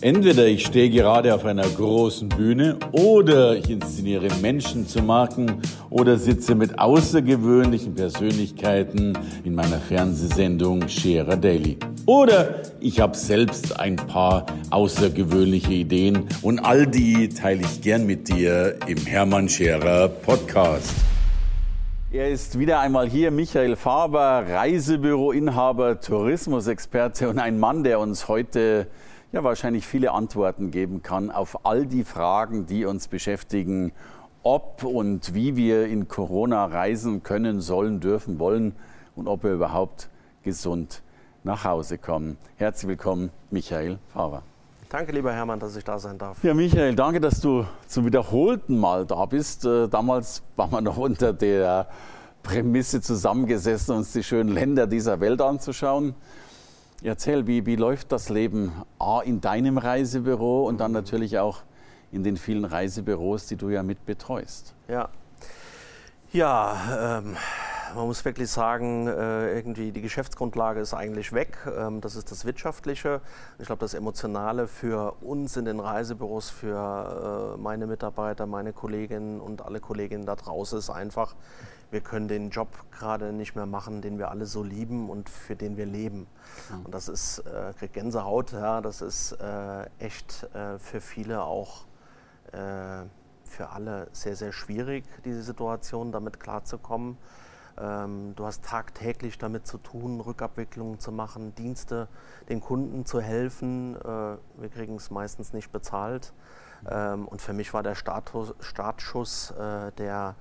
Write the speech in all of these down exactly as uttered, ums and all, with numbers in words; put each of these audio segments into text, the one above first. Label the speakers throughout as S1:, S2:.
S1: Entweder ich stehe gerade auf einer großen Bühne oder ich inszeniere Menschen zu Marken oder sitze mit außergewöhnlichen Persönlichkeiten in meiner Fernsehsendung Scherer Daily. Oder ich habe selbst ein paar außergewöhnliche Ideen und all die teile ich gern mit dir im Hermann Scherer Podcast. Er ist wieder einmal hier, Michael Faber, Reisebüroinhaber, Tourismusexperte und ein Mann, der uns heute ja wahrscheinlich viele Antworten geben kann auf all die Fragen, die uns beschäftigen, ob und wie wir in Corona reisen können, sollen, dürfen, wollen und ob wir überhaupt gesund nach Hause kommen. Herzlich willkommen, Michael Faber.
S2: Danke, lieber Hermann, dass ich da sein darf.
S1: Ja, Michael, danke, dass du zum wiederholten Mal da bist. Äh, damals waren wir noch unter der Prämisse zusammengesessen, uns die schönen Länder dieser Welt anzuschauen. Erzähl, wie, wie läuft das Leben A, in deinem Reisebüro und dann natürlich auch in den vielen Reisebüros, die du ja mit betreust?
S2: Ja, ja ähm, man muss wirklich sagen, äh, irgendwie die Geschäftsgrundlage ist eigentlich weg. Ähm, das ist das Wirtschaftliche. Ich glaube, das Emotionale für uns in den Reisebüros, für äh, meine Mitarbeiter, meine Kolleginnen und alle Kolleginnen da draußen ist einfach, wir können den Job gerade nicht mehr machen, den wir alle so lieben und für den wir leben. Mhm. Und das ist, äh, kriegt Gänsehaut, ja, das ist äh, echt äh, für viele auch, äh, für alle sehr, sehr schwierig, diese Situation, damit klarzukommen. Ähm, du hast tagtäglich damit zu tun, Rückabwicklungen zu machen, Dienste den Kunden zu helfen. Äh, wir kriegen es meistens nicht bezahlt. Ähm, und für mich war der Startus, Startschuss äh, der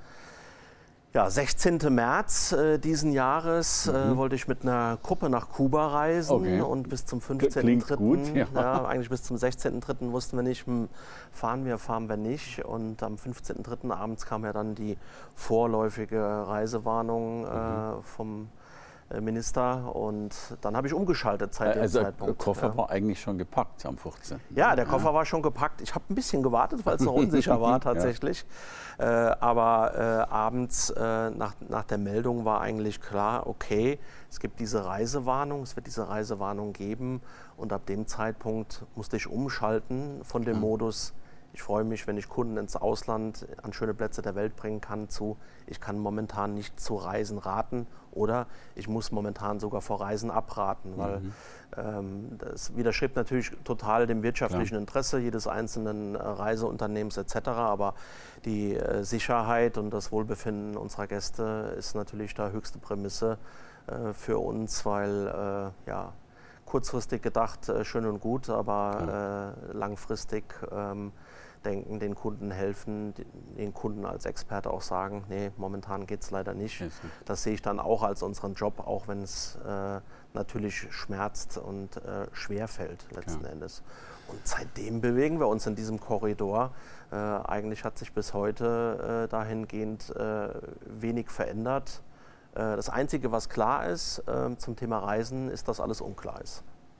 S2: Ja, sechzehnten März äh, diesen Jahres äh, mhm. wollte ich mit einer Gruppe nach Kuba reisen okay. und bis zum fünfzehnten dritten Ja. Ja, eigentlich bis zum sechzehnten dritten wussten wir nicht, hm, fahren wir, fahren wir nicht. Und am fünfzehnten dritten abends kam ja dann die vorläufige Reisewarnung äh, mhm. vom Minister und dann habe ich umgeschaltet seit dem
S1: also
S2: Zeitpunkt.
S1: Der Koffer
S2: ja.
S1: war eigentlich schon gepackt am vierzehnten
S2: Ja, der Koffer ja. war schon gepackt. Ich habe ein bisschen gewartet, weil es noch unsicher war tatsächlich. Ja. Äh, aber äh, abends äh, nach, nach der Meldung war eigentlich klar, okay, es gibt diese Reisewarnung, es wird diese Reisewarnung geben und ab dem Zeitpunkt musste ich umschalten von dem ja. Modus, ich freue mich, wenn ich Kunden ins Ausland an schöne Plätze der Welt bringen kann, zu, ich kann momentan nicht zu Reisen raten oder ich muss momentan sogar vor Reisen abraten, weil mhm. ähm, das widerstrebt natürlich total dem wirtschaftlichen Klar. Interesse jedes einzelnen äh, Reiseunternehmens et cetera. Aber die äh, Sicherheit und das Wohlbefinden unserer Gäste ist natürlich da höchste Prämisse äh, für uns, weil äh, ja, kurzfristig gedacht äh, schön und gut, aber äh, langfristig ähm, denken, den Kunden helfen, den Kunden als Experte auch sagen, nee, momentan geht es leider nicht. Das sehe ich dann auch als unseren Job, auch wenn es äh, natürlich schmerzt und äh, schwer fällt letzten ja. Endes. Und seitdem bewegen wir uns in diesem Korridor. Äh, eigentlich hat sich bis heute äh, dahingehend äh, wenig verändert. Äh, das Einzige, was klar ist äh, zum Thema Reisen, ist, dass alles unklar ist.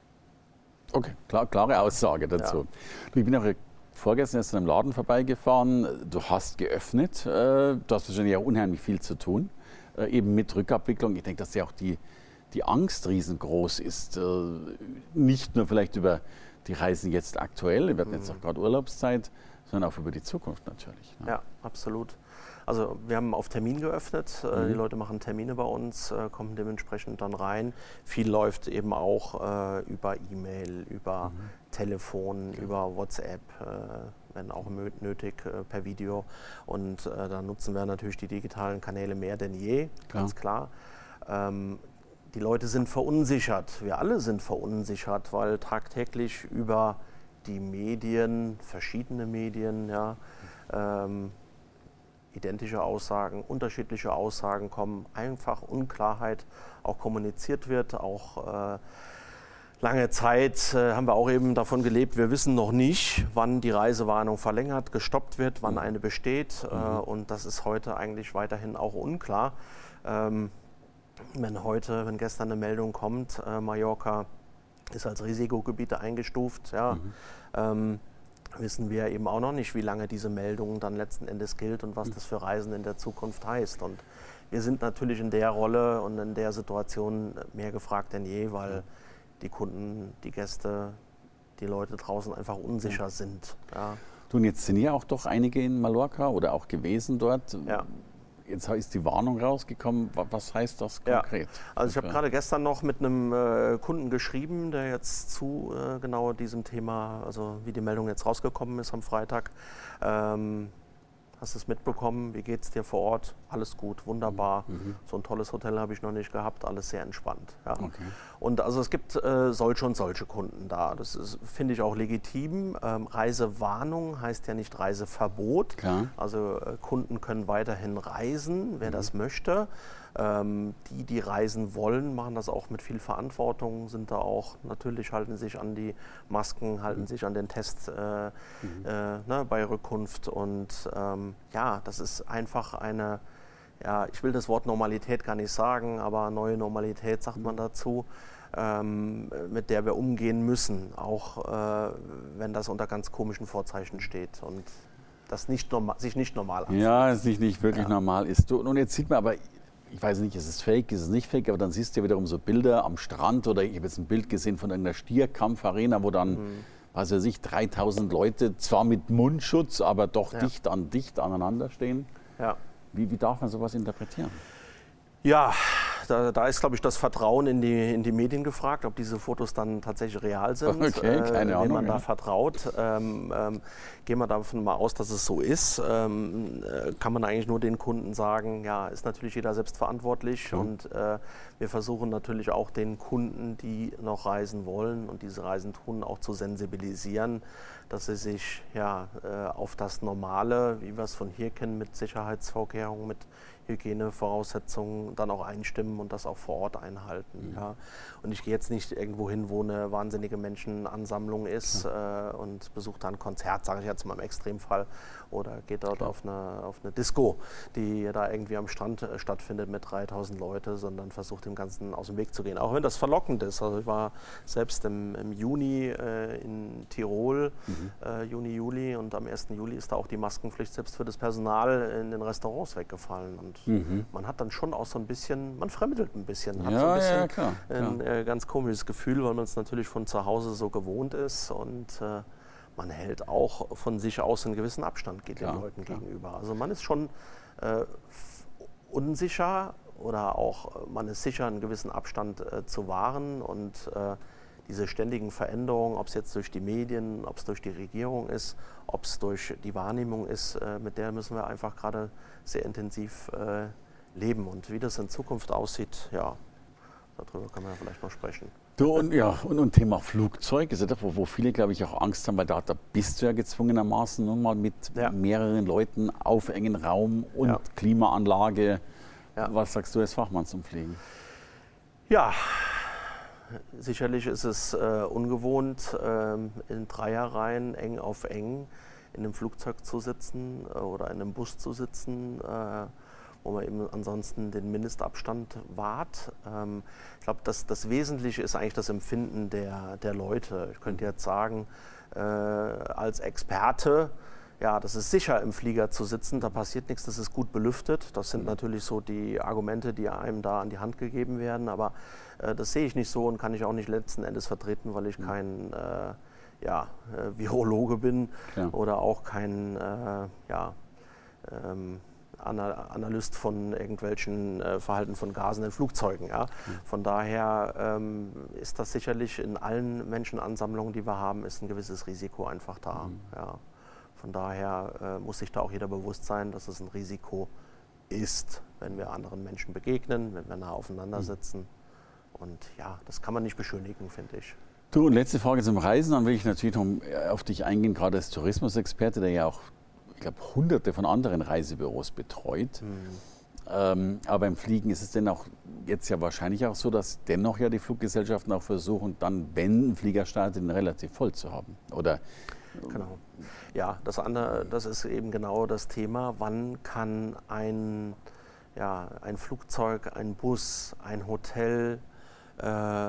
S1: Okay, klar, klare Aussage dazu. Ja. Ich bin auch vorgestern erst in einem Laden vorbeigefahren. Du hast geöffnet. Du hast wahrscheinlich auch unheimlich viel zu tun, eben mit Rückabwicklung. Ich denke, dass ja auch die, die Angst riesengroß ist. Nicht nur vielleicht über die Reisen jetzt aktuell, wir hatten jetzt auch gerade Urlaubszeit, sondern auch über die Zukunft natürlich.
S2: Ja, ja absolut. Also wir haben auf Termin geöffnet, mhm. die Leute machen Termine bei uns, kommen dementsprechend dann rein. Viel läuft eben auch äh, über E-Mail, über mhm. Telefon, okay. über WhatsApp, äh, wenn auch nötig, äh, per Video. Und äh, da nutzen wir natürlich die digitalen Kanäle mehr denn je, klar. ganz klar. Ähm, die Leute sind verunsichert, wir alle sind verunsichert, weil tagtäglich über die Medien, verschiedene Medien, ja, ähm, identische Aussagen, unterschiedliche Aussagen kommen, einfach Unklarheit auch kommuniziert wird. Auch äh, lange Zeit äh, haben wir auch eben davon gelebt, wir wissen noch nicht, wann die Reisewarnung verlängert, gestoppt wird, wann eine besteht. Mhm. Äh, und das ist heute eigentlich weiterhin auch unklar. Ähm, wenn heute, wenn gestern eine Meldung kommt, äh, Mallorca ist als Risikogebiete eingestuft, ja, mhm. ähm, wissen wir eben auch noch nicht, wie lange diese Meldung dann letzten Endes gilt und was das für Reisen in der Zukunft heißt. Und wir sind natürlich in der Rolle und in der Situation mehr gefragt denn je, weil die Kunden, die Gäste die Leute draußen einfach unsicher ja. sind. Ja.
S1: Du, und jetzt sind ja auch doch einige in Mallorca oder auch gewesen dort.
S2: Ja.
S1: Jetzt ist die Warnung rausgekommen. Was heißt das konkret?
S2: Ja. Also ich habe gerade gestern noch mit einem äh, Kunden geschrieben, der jetzt zu äh, genau diesem Thema, also wie die Meldung jetzt rausgekommen ist am Freitag. Ähm, Hast du es mitbekommen? Wie geht es dir vor Ort? Alles gut, wunderbar. Mhm. So ein tolles Hotel habe ich noch nicht gehabt, alles sehr entspannt. Ja. Okay. Und also es gibt äh, solche und solche Kunden da. Das finde ich auch legitim. Ähm, Reisewarnung heißt ja nicht Reiseverbot. Klar. Also äh, Kunden können weiterhin reisen, wer mhm. das möchte. Ähm, die, die reisen wollen, machen das auch mit viel Verantwortung, sind da auch, natürlich halten sich an die Masken, halten mhm. sich an den Test äh, mhm. äh, ne, bei Rückkunft und ähm, ja, das ist einfach eine, ja, ich will das Wort Normalität gar nicht sagen, aber neue Normalität sagt mhm. man dazu, ähm, mit der wir umgehen müssen, auch äh, wenn das unter ganz komischen Vorzeichen steht und das nicht normal, sich nicht normal anfühlt.
S1: Ja, es nicht, nicht wirklich ja. normal ist. Und jetzt sieht man aber, ich weiß nicht, ist es fake, ist es nicht fake, aber dann siehst du ja wiederum so Bilder am Strand oder ich habe jetzt ein Bild gesehen von einer Stierkampfarena, wo dann, mhm. was weiß ich, dreitausend Leute, zwar mit Mundschutz, aber doch ja. dicht an dicht aneinander stehen.
S2: Ja.
S1: Wie, wie darf man sowas interpretieren?
S2: Ja, da, da ist, glaube ich, das Vertrauen in die, in die Medien gefragt, ob diese Fotos dann tatsächlich real sind,
S1: okay, keine
S2: äh,
S1: Ahnung,
S2: wenn man
S1: ja.
S2: da vertraut. Ähm, ähm, gehen wir davon mal aus, dass es so ist. Ähm, äh, kann man eigentlich nur den Kunden sagen, ja, ist natürlich jeder selbst verantwortlich. Ja. Und äh, wir versuchen natürlich auch den Kunden, die noch reisen wollen und diese Reisen tun, auch zu sensibilisieren, dass sie sich ja, äh, auf das Normale, wie wir es von hier kennen, mit Sicherheitsvorkehrungen, mit Hygienevoraussetzungen dann auch einstimmen und das auch vor Ort einhalten. Mhm. Ja. Und ich gehe jetzt nicht irgendwo hin, wo eine wahnsinnige Menschenansammlung ist ja. äh, und besuche da ein Konzert, sage ich jetzt mal im Extremfall, oder geht dort auf eine, auf eine Disco, die da irgendwie am Strand äh, stattfindet mit dreitausend Leute, sondern versucht dem Ganzen aus dem Weg zu gehen. Auch wenn das verlockend ist. Also ich war selbst im, im Juni äh, in Tirol, mhm. äh, Juni, Juli, und am ersten Juli ist da auch die Maskenpflicht selbst für das Personal in den Restaurants weggefallen. Und mhm. man hat dann schon auch so ein bisschen, man fremdelt ein bisschen, hat
S1: ja,
S2: so ein bisschen
S1: ja, klar, klar.
S2: ein äh, ganz komisches Gefühl, weil man es natürlich von zu Hause so gewohnt ist und äh, man hält auch von sich aus einen gewissen Abstand geht klar, den Leuten klar. gegenüber. Also man ist schon äh, unsicher oder auch man ist sicher, einen gewissen Abstand äh, zu wahren und äh, diese ständigen Veränderungen, ob es jetzt durch die Medien, ob es durch die Regierung ist, ob es durch die Wahrnehmung ist, äh, mit der müssen wir einfach gerade sehr intensiv äh, leben. Und wie das in Zukunft aussieht, ja, darüber können wir ja vielleicht noch sprechen.
S1: Du, und, ja, und, und Thema Flugzeug, ist ja das, wo, wo viele, glaube ich, auch Angst haben, weil da, da bist du ja gezwungenermaßen nun mal mit ja. mehreren Leuten auf engen Raum und ja. Klimaanlage. Ja. Was sagst du als Fachmann zum Fliegen?
S2: Ja, sicherlich ist es äh, ungewohnt, äh, in Dreierreihen eng auf eng in einem Flugzeug zu sitzen äh, oder in einem Bus zu sitzen, äh, wo man eben ansonsten den Mindestabstand wahrt. Ähm, ich glaube, das, das Wesentliche ist eigentlich das Empfinden der, der Leute. Ich könnte jetzt sagen, äh, als Experte, ja, das ist sicher, im Flieger zu sitzen, da passiert nichts, das ist gut belüftet. Das sind natürlich so die Argumente, die einem da an die Hand gegeben werden, aber äh, das sehe ich nicht so und kann ich auch nicht letzten Endes vertreten, weil ich kein äh, ja, äh, Virologe bin ja. oder auch kein äh, ja, ähm, Analyst von irgendwelchen äh, Verhalten von Gasen in Flugzeugen. Ja. Mhm. Von daher ähm, ist das sicherlich in allen Menschenansammlungen, die wir haben, ist ein gewisses Risiko einfach da. Mhm. Ja. Von daher äh, muss sich da auch jeder bewusst sein, dass es ein Risiko ist, wenn wir anderen Menschen begegnen, wenn wir nah aufeinander sitzen. Mhm. Und ja, das kann man nicht beschönigen, finde ich.
S1: Du, und letzte Frage zum Reisen, dann will ich natürlich noch auf dich eingehen, gerade als Tourismusexperte, der ja auch, ich glaube, hunderte von anderen Reisebüros betreut. Mhm. Ähm, aber beim Fliegen ist es denn auch jetzt ja wahrscheinlich auch so, dass dennoch ja die Fluggesellschaften auch versuchen, dann, wenn ein Flieger startet, ihn relativ voll zu haben, oder?
S2: Genau. Ja, das andere, das ist eben genau das Thema. Wann kann ein, ja, ein Flugzeug, ein Bus, ein Hotel äh,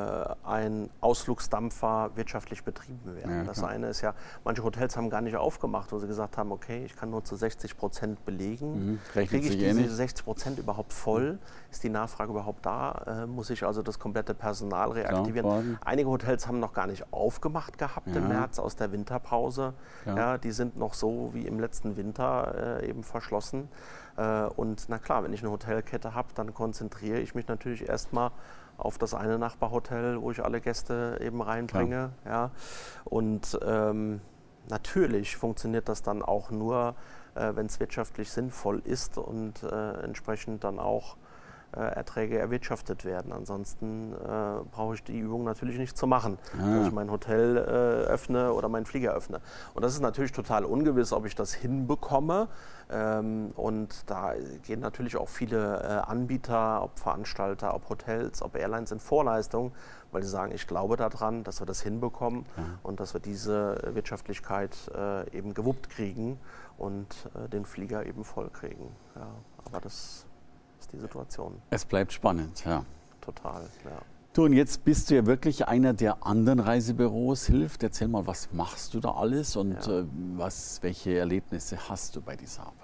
S2: ein Ausflugsdampfer wirtschaftlich betrieben werden.
S3: Ja,
S2: das
S3: klar.
S2: eine ist ja, manche Hotels haben gar nicht aufgemacht, wo sie gesagt haben, okay, ich kann nur zu sechzig Prozent belegen.
S3: Mhm. Rechnet
S2: Kriege ich
S3: sich eh
S2: diese
S3: nicht.
S2: sechzig Prozent überhaupt voll? Ist die Nachfrage überhaupt da? Äh, muss ich also das komplette Personal reaktivieren?
S3: Fragen.
S2: Einige Hotels haben noch gar nicht aufgemacht gehabt
S3: Ja.
S2: im März aus der Winterpause.
S3: Ja.
S2: Ja, die sind noch so wie im letzten Winter äh, eben verschlossen. Äh, und na klar, wenn ich eine Hotelkette habe, dann konzentriere ich mich natürlich erstmal auf das eine Nachbarhotel, wo ich alle Gäste eben reinbringe. Ja. Und ähm, natürlich funktioniert das dann auch nur, äh, wenn es wirtschaftlich sinnvoll ist und äh, entsprechend dann auch äh, Erträge erwirtschaftet werden. Ansonsten äh, brauche ich die Übung natürlich nicht zu machen,
S3: Ah.
S2: dass ich mein Hotel äh, öffne oder meinen Flieger öffne. Und das ist natürlich total ungewiss, ob ich das hinbekomme. Ähm, und da gehen natürlich auch viele äh, Anbieter, ob Veranstalter, ob Hotels, ob Airlines in Vorleistung, weil sie sagen, ich glaube daran, dass wir das hinbekommen
S3: Ja.
S2: und dass wir diese Wirtschaftlichkeit äh, eben gewuppt kriegen und äh, den Flieger eben voll kriegen. Ja, aber das ist die Situation.
S3: Es bleibt spannend, ja.
S2: Total, ja.
S3: Du, und jetzt bist du ja wirklich einer, der anderen Reisebüros hilft. Erzähl mal, was machst du da alles und
S2: Ja.
S3: äh, was, welche Erlebnisse hast du bei dieser Arbeit?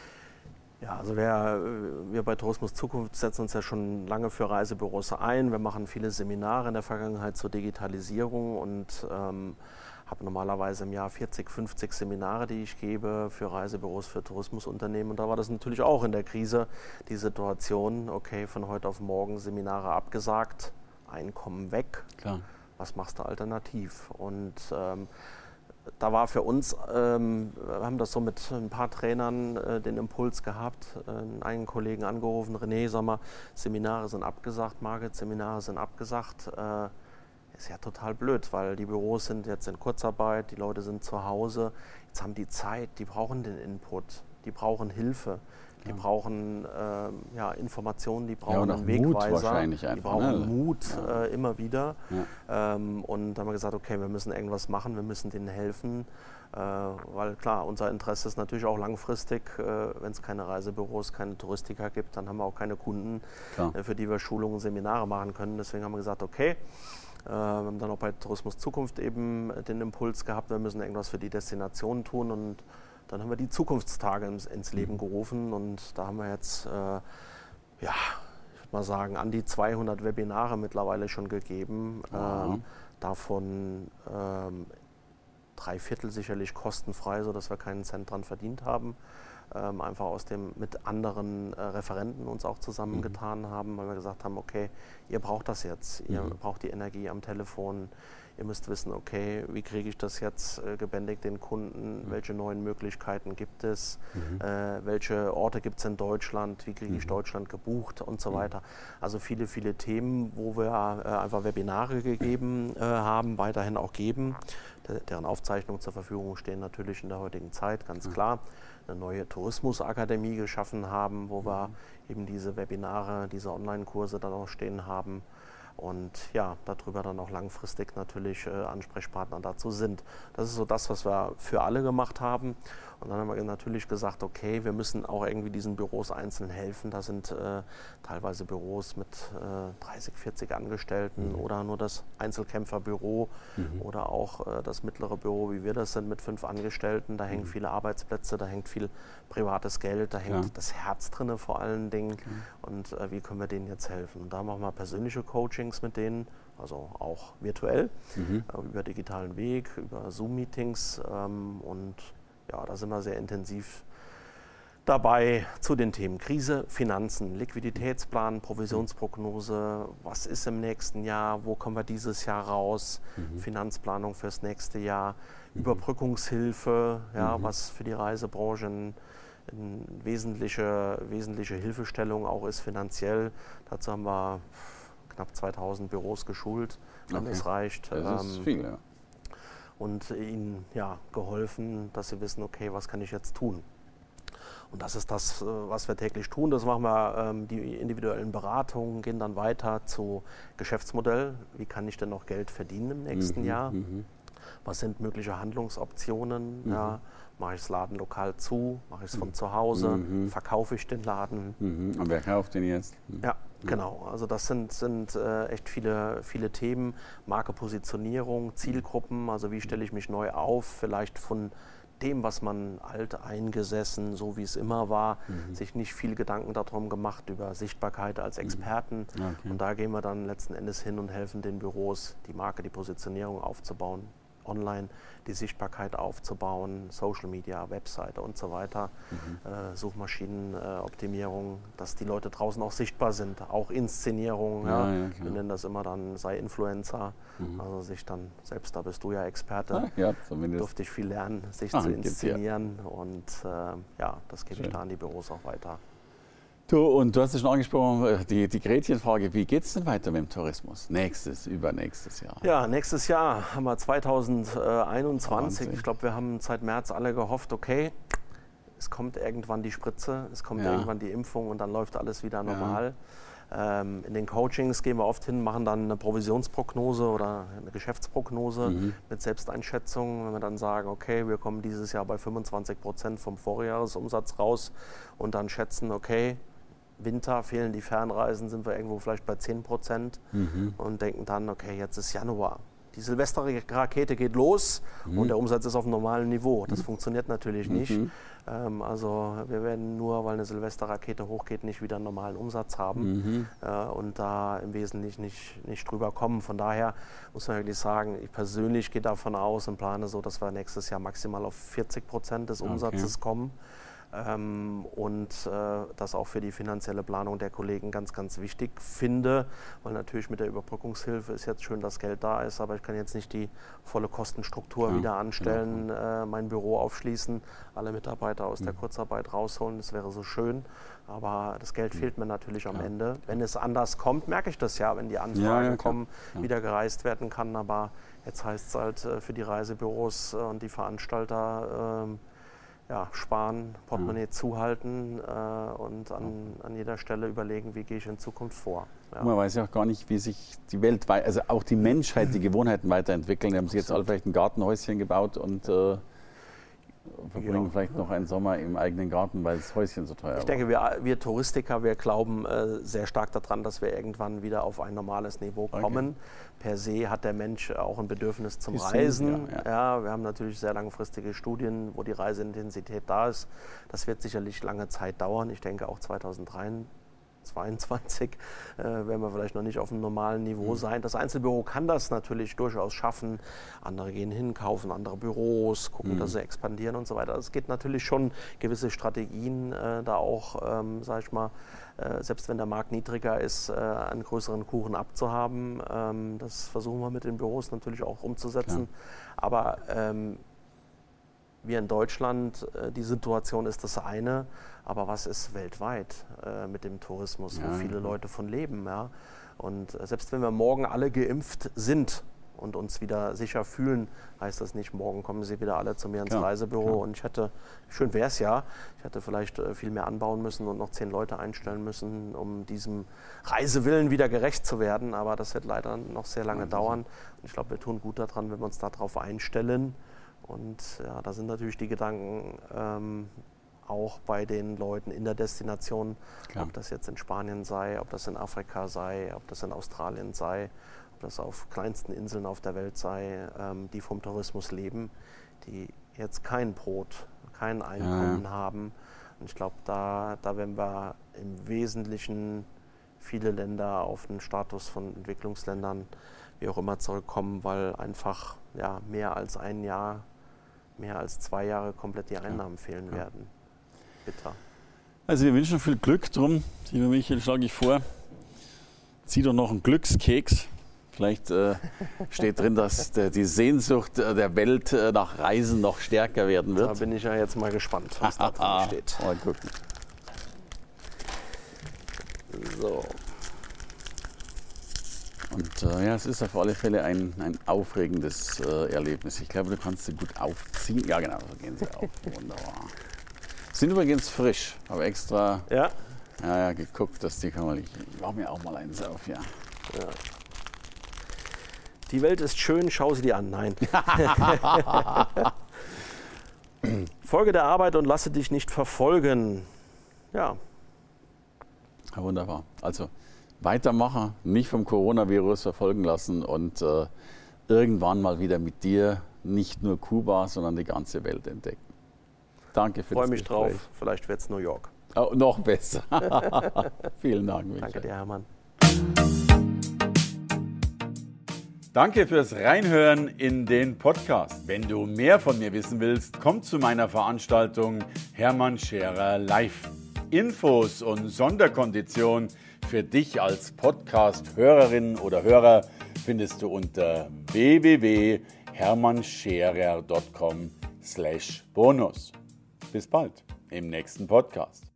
S2: Ja, also wir, wir bei Tourismus Zukunft setzen uns ja schon lange für Reisebüros ein. Wir machen viele Seminare in der Vergangenheit zur Digitalisierung und ähm, habe normalerweise im Jahr vierzig, fünfzig Seminare, die ich gebe für Reisebüros, für Tourismusunternehmen. Und da war das natürlich auch in der Krise die Situation, okay, von heute auf morgen Seminare abgesagt, Einkommen weg.
S3: Klar.
S2: Was machst du alternativ? Und ähm, da war für uns, ähm, wir haben das so mit ein paar Trainern äh, den Impuls gehabt, äh, einen Kollegen angerufen, René, sag mal, Seminare sind abgesagt, Margit, Seminare sind abgesagt. Äh, ist ja total blöd, weil die Büros sind jetzt in Kurzarbeit, die Leute sind zu Hause, jetzt haben die Zeit, die brauchen den Input, die brauchen Hilfe. Die brauchen ähm, ja, Informationen, die brauchen
S3: Ja, und auch
S2: einen
S3: Mut
S2: Wegweiser,
S3: wahrscheinlich
S2: die
S3: einfach,
S2: brauchen
S3: ne?
S2: Mut
S3: Ja.
S2: äh, immer wieder.
S3: Ja.
S2: Ähm, und da haben wir gesagt, okay, wir müssen irgendwas machen, wir müssen denen helfen, äh, weil klar, unser Interesse ist natürlich auch langfristig, äh, wenn es keine Reisebüros, keine Touristiker gibt, dann haben wir auch keine Kunden, äh, für die wir Schulungen, Seminare machen können. Deswegen haben wir gesagt, okay, äh, wir haben dann auch bei Tourismus Zukunft eben den Impuls gehabt, wir müssen irgendwas für die Destination tun und dann haben wir die Zukunftstage ins, ins Leben gerufen und da haben wir jetzt, äh, ja, ich würde mal sagen, an die zweihundert Webinare mittlerweile schon gegeben.
S3: Wow.
S2: Ähm, davon ähm, drei Viertel sicherlich kostenfrei, sodass wir keinen Cent dran verdient haben. Ähm, einfach aus dem mit anderen äh, Referenten uns auch zusammengetan mhm. haben, weil wir gesagt haben, okay, ihr braucht das jetzt, ihr
S3: Mhm.
S2: braucht die Energie am Telefon, ihr müsst wissen, okay, wie kriege ich das jetzt äh, gebändigt den Kunden, mhm. welche neuen Möglichkeiten gibt es, mhm. äh, welche Orte gibt es in Deutschland, wie kriege ich mhm. Deutschland gebucht und so mhm. weiter. Also viele, viele Themen, wo wir äh, einfach Webinare gegeben äh, haben, weiterhin auch geben, de deren Aufzeichnungen zur Verfügung stehen natürlich in der heutigen Zeit, ganz mhm. klar. Eine neue Tourismusakademie geschaffen haben, wo wir eben diese Webinare, diese Online-Kurse dann auch stehen haben und ja, darüber dann auch langfristig natürlich äh, Ansprechpartner dazu sind. Das ist so das, was wir für alle gemacht haben. Und dann haben wir natürlich gesagt, okay, wir müssen auch irgendwie diesen Büros einzeln helfen. Da sind äh, teilweise Büros mit äh, dreißig, vierzig Angestellten mhm. oder nur das Einzelkämpferbüro mhm. oder auch äh, das mittlere Büro, wie wir das sind, mit fünf Angestellten. Da hängen mhm. viele Arbeitsplätze, da hängt viel privates Geld, da hängt ja. das Herz drin vor allen Dingen. Mhm. Und äh, wie können wir denen jetzt helfen? Und da machen wir persönliche Coachings mit denen, also auch virtuell, mhm. äh, über digitalen Weg, über Zoom-Meetings ähm, und ja, da sind wir sehr intensiv dabei zu den Themen Krise, Finanzen, Liquiditätsplan, Provisionsprognose, was ist im nächsten Jahr, wo kommen wir dieses Jahr raus, mhm. Finanzplanung fürs nächste Jahr, mhm. Überbrückungshilfe, ja, mhm. was für die Reisebranche eine wesentliche, wesentliche Hilfestellung auch ist finanziell. Dazu haben wir knapp zweitausend Büros geschult, wenn
S3: okay.
S2: das reicht.
S3: Das ist
S2: ähm,
S3: viel, ja.
S2: Und ihnen ja, geholfen, dass sie wissen, okay, was kann ich jetzt tun? Und das ist das, was wir täglich tun. Das machen wir, ähm, die individuellen Beratungen, gehen dann weiter zu Geschäftsmodell. Wie kann ich denn noch Geld verdienen im nächsten
S3: Mhm,
S2: Jahr?
S3: mhm.
S2: Was sind mögliche Handlungsoptionen?
S3: Mhm.
S2: Ja, mache ich das Laden lokal zu? Mache ich es von zu Hause?
S3: Mhm.
S2: Verkaufe ich den Laden?
S3: Mhm. Und wer kauft den jetzt? Mhm.
S2: Ja, Genau, also das sind, sind äh, echt viele, viele Themen. Marke, Positionierung, Zielgruppen, also wie stelle ich mich neu auf, vielleicht von dem, was man alt eingesessen, so wie es immer war, mhm. sich nicht viel Gedanken darum gemacht über Sichtbarkeit als Experten. Mhm. Okay. Und da gehen wir dann letzten Endes hin und helfen den Büros, die Marke, die Positionierung aufzubauen, online die Sichtbarkeit aufzubauen, Social Media, Webseite und so weiter, mhm. äh, Suchmaschinenoptimierung, äh, dass die Leute draußen auch sichtbar sind, auch Inszenierung, ja, ja, ja, wir nennen das immer dann, sei Influencer, mhm. also sich dann, selbst da bist du ja Experte, ah, ja, durfte ich viel lernen, sich ah, zu inszenieren ja. und äh, ja, das gebe ich da an die Büros auch weiter.
S3: Du, und du hast es schon angesprochen, die, die Gretchenfrage, wie geht es denn weiter mit dem Tourismus? Nächstes, übernächstes Jahr?
S2: Ja, nächstes Jahr haben wir zweitausendeinundzwanzig. zwanzig. Ich glaube, wir haben seit März alle gehofft, okay, es kommt irgendwann die Spritze, es kommt ja. irgendwann die Impfung und dann läuft alles wieder normal. Ja. Ähm, in den Coachings gehen wir oft hin, machen dann eine Provisionsprognose oder eine Geschäftsprognose mhm. mit Selbsteinschätzung. Wenn wir dann sagen, okay, wir kommen dieses Jahr bei fünfundzwanzig Prozent vom Vorjahresumsatz raus und dann schätzen, okay, Winter, fehlen die Fernreisen, sind wir irgendwo vielleicht bei zehn Prozent mhm. und denken dann, okay, jetzt ist Januar. Die Silvesterrakete geht los mhm. und der Umsatz ist auf einem normalen Niveau. Das mhm. funktioniert natürlich nicht. Mhm. Ähm, also wir werden nur, weil eine Silvesterrakete hochgeht, nicht wieder einen normalen Umsatz haben mhm. äh, und da im Wesentlichen nicht, nicht drüber kommen. Von daher muss man wirklich sagen, ich persönlich gehe davon aus und plane so, dass wir nächstes Jahr maximal auf vierzig Prozent des Umsatzes okay. kommen. Ähm, und äh, das auch für die finanzielle Planung der Kollegen ganz, ganz wichtig finde, weil natürlich mit der Überbrückungshilfe ist jetzt schön, dass Geld da ist, aber ich kann jetzt nicht die volle Kostenstruktur ja, wieder anstellen, ja. äh, mein Büro aufschließen, alle Mitarbeiter aus mhm. der Kurzarbeit rausholen, das wäre so schön, aber das Geld mhm. fehlt mir natürlich am ja. Ende. Wenn es anders kommt, merke ich das ja, wenn die Anfragen ja, ja, kommen, ja. wieder gereist werden kann, aber jetzt heißt es halt äh, für die Reisebüros äh, und die Veranstalter, äh, Ja, sparen, Portemonnaie ja. zuhalten äh, und an, an jeder Stelle überlegen, wie gehe ich in Zukunft vor. Ja.
S3: Man weiß ja auch gar nicht, wie sich die Welt, also auch die Menschheit, die Gewohnheiten weiterentwickeln. Die haben sich jetzt alle vielleicht ein Gartenhäuschen gebaut und äh, verbringen ja. vielleicht noch einen Sommer im eigenen Garten, weil das Häuschen so teuer
S2: ist. Ich denke, wir, wir Touristiker, wir glauben äh, sehr stark daran, dass wir irgendwann wieder auf ein normales Niveau kommen. Okay. Per se hat der Mensch auch ein Bedürfnis zum Bisschen, Reisen. Ja, ja. Ja, wir haben natürlich sehr langfristige Studien, wo die Reiseintensität da ist. Das wird sicherlich lange Zeit dauern. Ich denke auch zweitausendzweiundzwanzig äh, werden wir vielleicht noch nicht auf einem normalen Niveau mhm. sein. Das Einzelbüro kann das natürlich durchaus schaffen. Andere gehen hin, kaufen andere Büros, gucken, mhm. dass sie expandieren und so weiter. Es geht natürlich schon gewisse Strategien, äh, da auch, ähm, sag ich mal, äh, selbst wenn der Markt niedriger ist, äh, einen größeren Kuchen abzuhaben. Ähm, das versuchen wir mit den Büros natürlich auch umzusetzen. Klar. Aber ähm, wir in Deutschland, äh, die Situation ist das eine, aber was ist weltweit äh, mit dem Tourismus, ja, wo viele ja. Leute von leben. Ja? Und äh, selbst wenn wir morgen alle geimpft sind und uns wieder sicher fühlen, heißt das nicht, morgen kommen sie wieder alle zu mir ins ja, Reisebüro. Klar. Und ich hätte, schön wäre es ja, ich hätte vielleicht äh, viel mehr anbauen müssen und noch zehn Leute einstellen müssen, um diesem Reisewillen wieder gerecht zu werden. Aber das wird leider noch sehr lange ja, dauern. Und ich glaube, wir tun gut daran, wenn wir uns darauf einstellen. Und ja, da sind natürlich die Gedanken ähm, auch bei den Leuten in der Destination, Klar. ob das jetzt in Spanien sei, ob das in Afrika sei, ob das in Australien sei, ob das auf kleinsten Inseln auf der Welt sei, ähm, die vom Tourismus leben, die jetzt kein Brot, kein Einkommen ja. haben. Und ich glaube, da, da werden wir im Wesentlichen viele Länder auf den Status von Entwicklungsländern, wie auch immer, zurückkommen, weil einfach ja, mehr als ein Jahr, mehr als zwei Jahre komplett die Einnahmen ja. fehlen ja. werden. Bitter.
S3: Also wir wünschen viel Glück drum. Lieber Michael, schlage ich vor, zieh doch noch einen Glückskeks. Vielleicht äh, steht drin, dass der, die Sehnsucht der Welt äh, nach Reisen noch stärker werden wird.
S2: Da bin ich ja jetzt mal gespannt, was da drin steht.
S3: Mal gucken.
S2: So.
S3: Und äh, ja, es ist auf alle Fälle ein, ein aufregendes äh, Erlebnis. Ich glaube, du kannst sie gut aufziehen. Ja, genau, so gehen sie auf. Wunderbar. Sind übrigens frisch. Habe extra
S2: ja.
S3: Ja, ja, geguckt, dass die kann man. Ich mache mir auch mal eins auf, ja.
S2: ja. Die Welt ist schön, schau sie dir an. Nein. Folge der Arbeit und lasse dich nicht verfolgen. Ja.
S3: Ja, wunderbar. Also weitermachen, nicht vom Coronavirus verfolgen lassen und äh, irgendwann mal wieder mit dir nicht nur Kuba, sondern die ganze Welt entdecken. Danke für das Gespräch.
S2: Ich freue mich drauf. Vielleicht wird es New York.
S3: Oh, noch besser. Vielen Dank, Michael.
S2: Danke dir, Hermann.
S1: Danke fürs Reinhören in den Podcast. Wenn du mehr von mir wissen willst, komm zu meiner Veranstaltung Hermann Scherer Live. Infos und Sonderkonditionen für dich als Podcast-Hörerin oder Hörer findest du unter w w w punkt hermann scherer punkt com slash bonus. Bis bald im nächsten Podcast.